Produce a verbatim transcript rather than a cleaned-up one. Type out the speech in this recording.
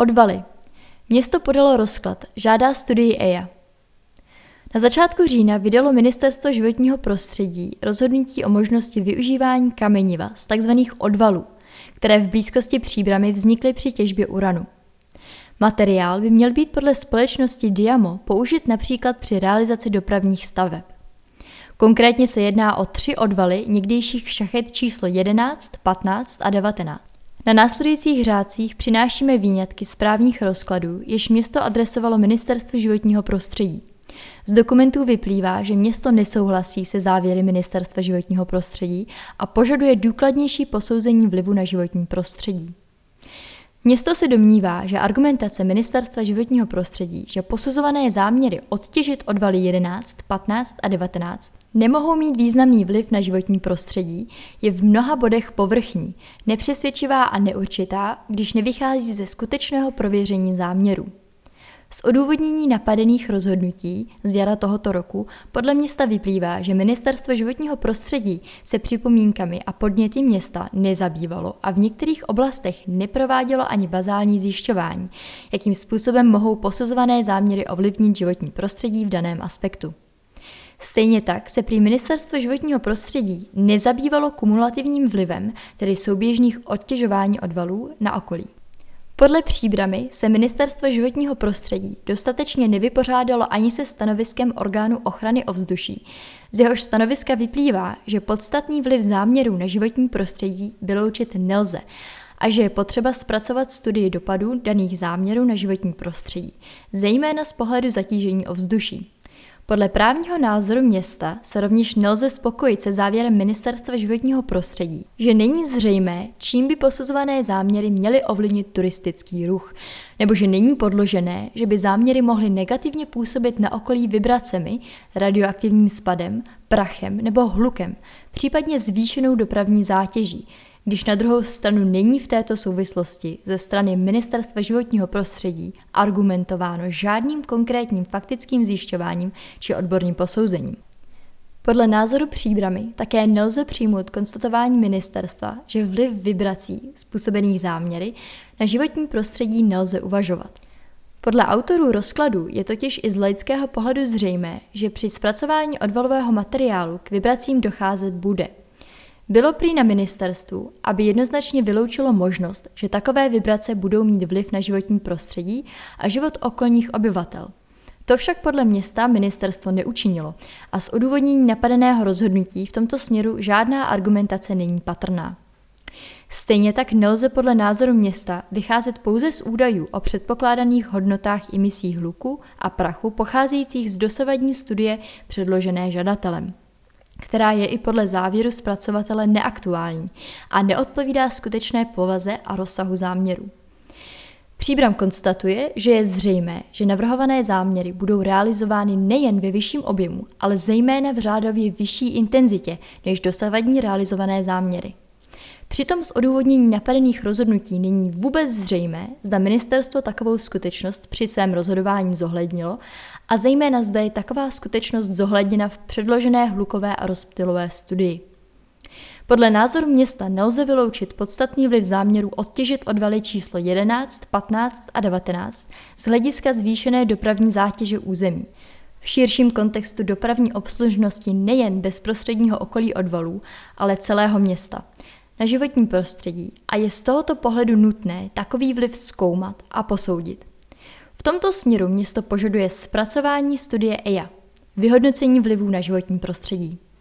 Odvaly. Město podalo rozklad, žádá studii E I A. Na začátku října vydalo Ministerstvo životního prostředí rozhodnutí o možnosti využívání kameniva z tzv. Odvalů, které v blízkosti Příbrami vznikly při těžbě uranu. Materiál by měl být podle společnosti Diamo použit například při realizaci dopravních staveb. Konkrétně se jedná o tři odvaly někdejších šachet číslo jedenáct, patnáct a devatenáct. Na následujících řádcích přinášíme výňatky z právních rozkladů, jež město adresovalo Ministerstvu životního prostředí. Z dokumentů vyplývá, že město nesouhlasí se závěry Ministerstva životního prostředí a požaduje důkladnější posouzení vlivu na životní prostředí. Město se domnívá, že argumentace Ministerstva životního prostředí, že posuzované záměry odtěžit odvaly jedenáct, patnáct a devatenáct nemohou mít významný vliv na životní prostředí, je v mnoha bodech povrchní, nepřesvědčivá a neurčitá, když nevychází ze skutečného prověření záměrů. Z odůvodnění napadených rozhodnutí z jara tohoto roku podle města vyplývá, že Ministerstvo životního prostředí se připomínkami a podněty města nezabývalo a v některých oblastech neprovádělo ani bazální zjišťování, jakým způsobem mohou posuzované záměry ovlivnit životní prostředí v daném aspektu. Stejně tak se prý Ministerstvo životního prostředí nezabývalo kumulativním vlivem, tedy souběžných odtěžování odvalů, na okolí. Podle Příbrami se Ministerstvo životního prostředí dostatečně nevypořádalo ani se stanoviskem orgánu ochrany ovzduší. Z jehož stanoviska vyplývá, že podstatný vliv záměrů na životní prostředí vyloučit nelze a že je potřeba zpracovat studii dopadů daných záměrů na životní prostředí, zejména z pohledu zatížení ovzduší. Podle právního názoru města se rovněž nelze spokojit se závěrem Ministerstva životního prostředí, že není zřejmé, čím by posuzované záměry měly ovlivnit turistický ruch, nebo že není podložené, že by záměry mohly negativně působit na okolí vibracemi, radioaktivním spadem, prachem nebo hlukem, případně zvýšenou dopravní zátěží, když na druhou stranu není v této souvislosti ze strany Ministerstva životního prostředí argumentováno žádným konkrétním faktickým zjišťováním či odborným posouzením. Podle názoru Příbrami také nelze přijmout konstatování ministerstva, že vliv vibrací způsobených záměry na životní prostředí nelze uvažovat. Podle autorů rozkladu je totiž i z laického pohledu zřejmé, že při zpracování odvalového materiálu k vibracím docházet bude. Bylo prý na ministerstvu, aby jednoznačně vyloučilo možnost, že takové vibrace budou mít vliv na životní prostředí a život okolních obyvatel. To však podle města ministerstvo neučinilo a z odůvodnění napadeného rozhodnutí v tomto směru žádná argumentace není patrná. Stejně tak nelze podle názoru města vycházet pouze z údajů o předpokládaných hodnotách emisí hluku a prachu pocházejících z dosavadní studie předložené žadatelem, která je i podle závěru zpracovatele neaktuální a neodpovídá skutečné povaze a rozsahu záměru. Příbram konstatuje, že je zřejmé, že navrhované záměry budou realizovány nejen ve vyšším objemu, ale zejména v řádově vyšší intenzitě než dosavadní realizované záměry. Přitom z odůvodnění napadených rozhodnutí není vůbec zřejmé, zda ministerstvo takovou skutečnost při svém rozhodování zohlednilo a zejména zda je taková skutečnost zohledněna v předložené hlukové a rozptylové studii. Podle názoru města nelze vyloučit podstatný vliv záměru odtěžit odvaly číslo jedenáct, patnáct a devatenáct z hlediska zvýšené dopravní zátěže území. V širším kontextu dopravní obslužnosti nejen bezprostředního okolí odvalů, ale celého města, na životní prostředí a je z tohoto pohledu nutné takový vliv zkoumat a posoudit. V tomto směru město požaduje zpracování studie E I A, vyhodnocení vlivů na životní prostředí.